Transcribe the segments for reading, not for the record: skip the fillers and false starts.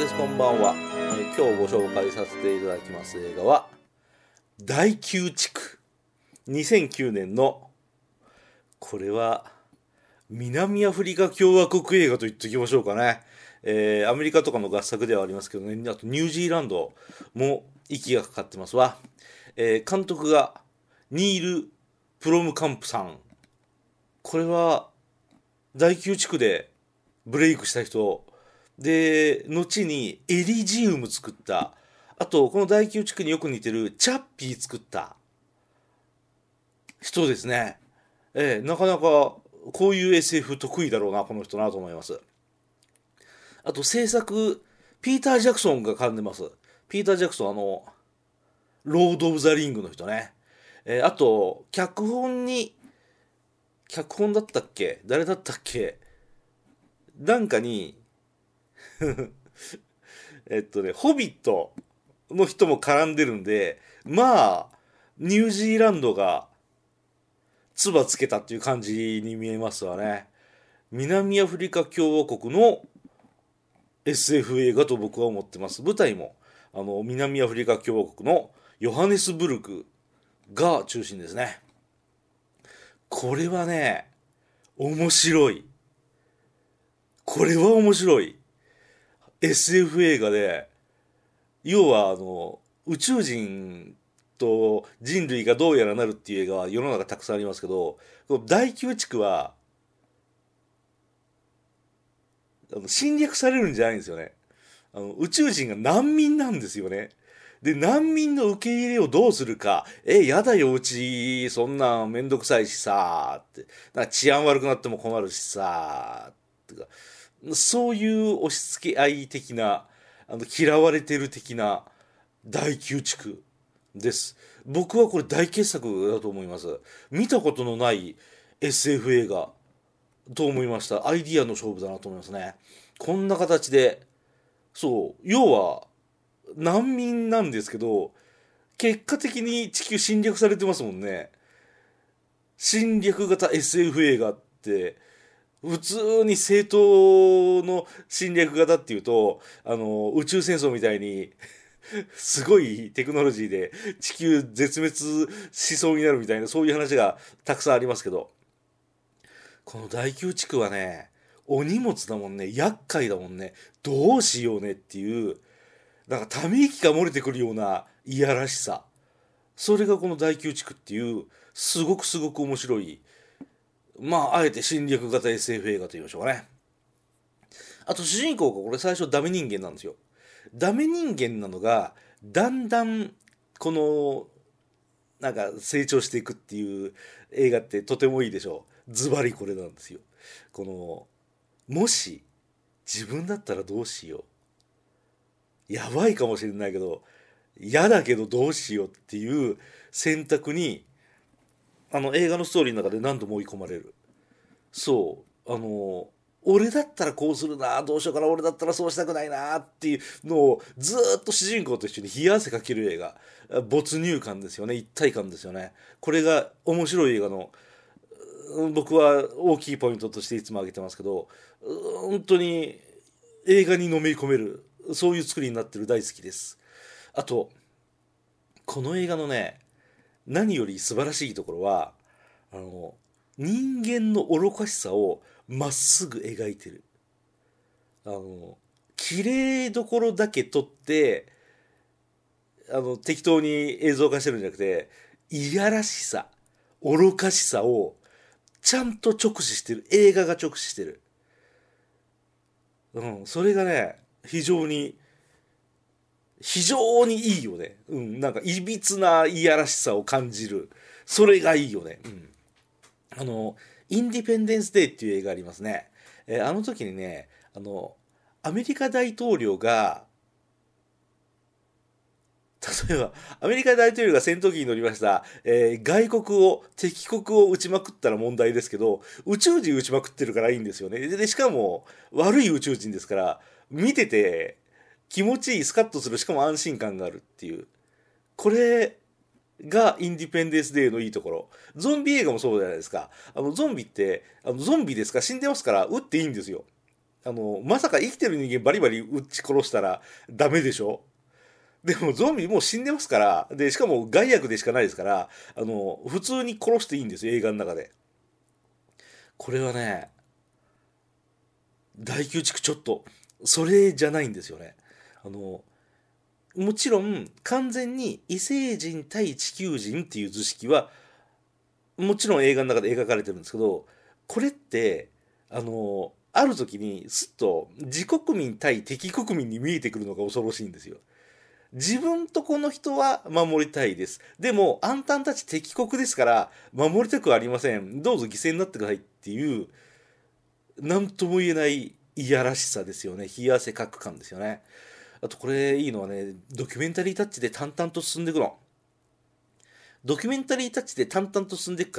です。こんばんは。今日ご紹介させていただきます映画は大宮地区。2009年のこれは南アフリカ共和国映画と言っておきましょうかね。アメリカとかの合作ではありますけどね、あとニュージーランドも息がかかってますわ。監督がニール・プロムカンプさん。これは大宮地区でブレイクした人で、後にエリジウム作った、あとこの大宮地区によく似てるチャッピー作った人ですね。なかなかこういう SF 得意だろうな、この人なと思います。あと制作、ピーター・ジャクソンが絡んでます。ピーター・ジャクソン、ロード・オブ・ザ・リングの人ね。あと、脚本だったっけ、誰だったっけ、なんかにホビットの人も絡んでるんで、まあニュージーランドが唾つけたっていう感じに見えますわね。南アフリカ共和国の SF 映画と僕は思ってます。舞台も南アフリカ共和国のヨハネスブルクが中心ですね。これはね、面白い。これは面白い SF 映画で、要は宇宙人と人類がどうやらなるっていう映画は世の中たくさんありますけど、この大宮地区は侵略されるんじゃないんですよね。宇宙人が難民なんですよね。で、難民の受け入れをどうするか。やだよ、うち、そんなんめんどくさいしさ、って。なんか治安悪くなっても困るしさ、とか。そういう押し付け合い的な、嫌われてる的な大宮地区です。僕はこれ大傑作だと思います。見たことのない SF 映画と思いました。アイディアの勝負だなと思いますね。こんな形で、そう、要は難民なんですけど、結果的に地球侵略されてますもんね。侵略型 SF 映画って、普通に正当の侵略型っていうと、宇宙戦争みたいにすごいテクノロジーで地球絶滅しそうになるみたいな、そういう話がたくさんありますけど、この大宮地区はね、お荷物だもんね、厄介だもんね、どうしようねっていう、なんかため息が漏れてくるようないやらしさ。それがこの大宮地区っていう、すごく面白い、まあ、あえて侵略型 SF 映画と言いましょうかね。あと主人公がこれ最初ダメ人間なんですよ。ダメ人間なのが、だんだん、この、なんか成長していくっていう映画ってとてもいいでしょう。ズバリこれなんですよ。この、もし自分だったらどうしよう。やばいかもしれないけど、嫌だけどどうしようっていう選択に、映画のストーリーの中で何度も追い込まれる。そう、俺だったらこうするな、どうしようかな、俺だったらそうしたくないなっていうのをずーっと主人公と一緒に冷や汗かける映画。没入感ですよね。一体感ですよね。これが面白い映画の、僕は大きいポイントとしていつも挙げてますけど、本当に映画にのめり込める、そういう作りになってる、大好きです。あと、この映画のね、何より素晴らしいところは、あの、人間の愚かしさをまっすぐ描いてる。綺麗どころだけ撮って、適当に映像化してるんじゃなくて、いやらしさ、愚かしさをちゃんと直視してる。映画が直視してる。それがね、非常にいいよね。なんか、いびつないやらしさを感じる。それがいいよね。インディペンデンス・デイっていう映画ありますね。あの時にね、アメリカ大統領が、例えば、アメリカ大統領が戦闘機に乗りました。敵国を撃ちまくったら問題ですけど、宇宙人撃ちまくってるからいいんですよね。で、しかも、悪い宇宙人ですから、見てて、気持ちいい、スカッとする、しかも安心感があるっていう。これがインディペンデンスデーのいいところ。ゾンビ映画もそうじゃないですか。ゾンビって、ゾンビですか、死んでますから、撃っていいんですよ。 まさか生きてる人間バリバリ撃ち殺したらダメでしょ。でもゾンビもう死んでますから、で、しかも害悪でしかないですから、普通に殺していいんですよ、映画の中で。これはね、大宮地区ちょっと、それじゃないんですよね。もちろん、完全に異星人対地球人っていう図式は、もちろん映画の中で描かれてるんですけど、これって、ある時にすっと自国民対敵国民に見えてくるのが恐ろしいんですよ。自分とこの人は守りたいです。でも、あんたんたち敵国ですから、守りたくありません。どうぞ犠牲になってくださいっていう、なんとも言えないいやらしさですよね。冷や汗かく感ですよね。あとこれいいのはね、ドキュメンタリータッチで淡々と進んでいくの。ドキュメンタリータッチで淡々と進んでいくから、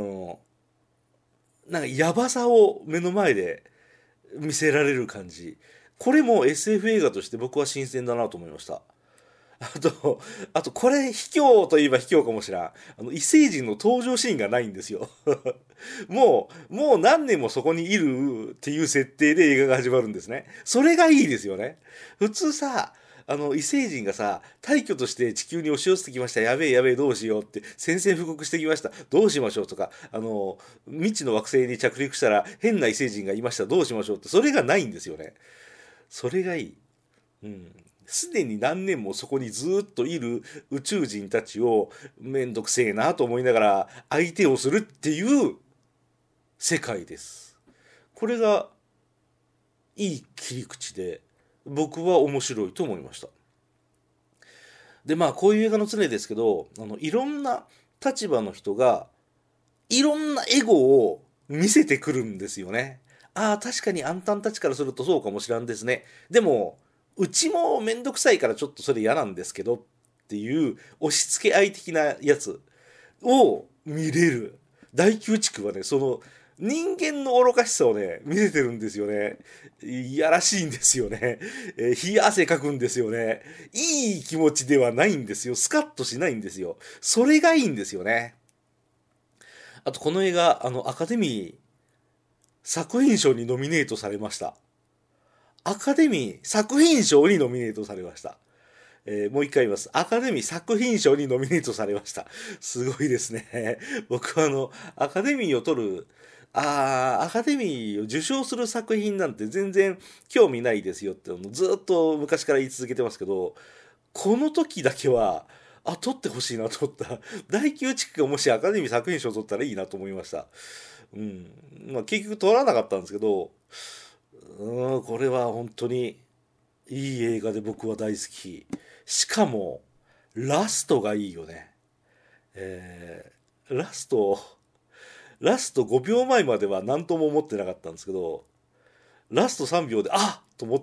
なんかヤバさを目の前で見せられる感じ。これも SF 映画として僕は新鮮だなと思いました。あと、これ卑怯といえば卑怯かもしらん。異星人の登場シーンがないんですよ。もう何年もそこにいるっていう設定で映画が始まるんですね。それがいいですよね。普通さ、異星人がさ、大挙として地球に押し寄せてきました。やべえやべえどうしようって宣戦布告してきました。どうしましょうとか、未知の惑星に着陸したら変な異星人がいました。どうしましょうって、それがないんですよね。それがいい。うん。すでに何年もそこにずっといる宇宙人たちをめんどくせえなと思いながら相手をするっていう世界です。これがいい切り口で僕は面白いと思いました。でまあこういう映画の常ですけど、いろんな立場の人がいろんなエゴを見せてくるんですよね。ああ確かにあんたんたちからするとそうかもしらんですね。でもうちもめんどくさいからちょっとそれ嫌なんですけどっていう押し付け合い的なやつを見れる。大宮地区はね、その人間の愚かしさをね、見せてるんですよね。いやらしいんですよね。冷や汗かくんですよね。いい気持ちではないんですよ。スカッとしないんですよ。それがいいんですよね。あとこの映画、アカデミー作品賞にノミネートされました。アカデミー作品賞にノミネートされました。もう一回言います。アカデミー作品賞にノミネートされました。すごいですね。僕はアカデミーを取る、アカデミーを受賞する作品なんて全然興味ないですよってずっと昔から言い続けてますけど、この時だけは、取ってほしいなと思った。大宮地区がもしアカデミー作品賞を取ったらいいなと思いました。うん。まあ結局取らなかったんですけど、これは本当にいい映画で僕は大好き。しかも、ラストがいいよね。えー、ラスト5秒前までは何とも思ってなかったんですけど、ラスト3秒で、と思って、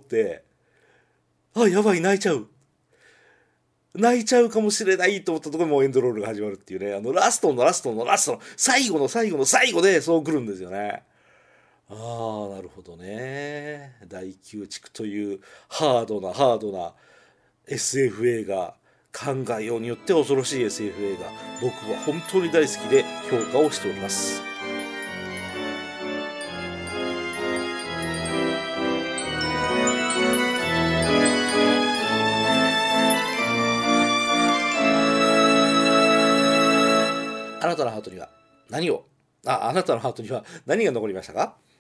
やばい、泣いちゃう。泣いちゃうかもしれないと思ったところにもうエンドロールが始まるっていうね、ラストのラストのラストの最後の最後の最後でそう来るんですよね。なるほどね。大宮地区というハードな SF 映画、考えようによって恐ろしい SF 映画、僕は本当に大好きで評価をしております。あなたのハートには何をあなたのハートには何が残りましたか？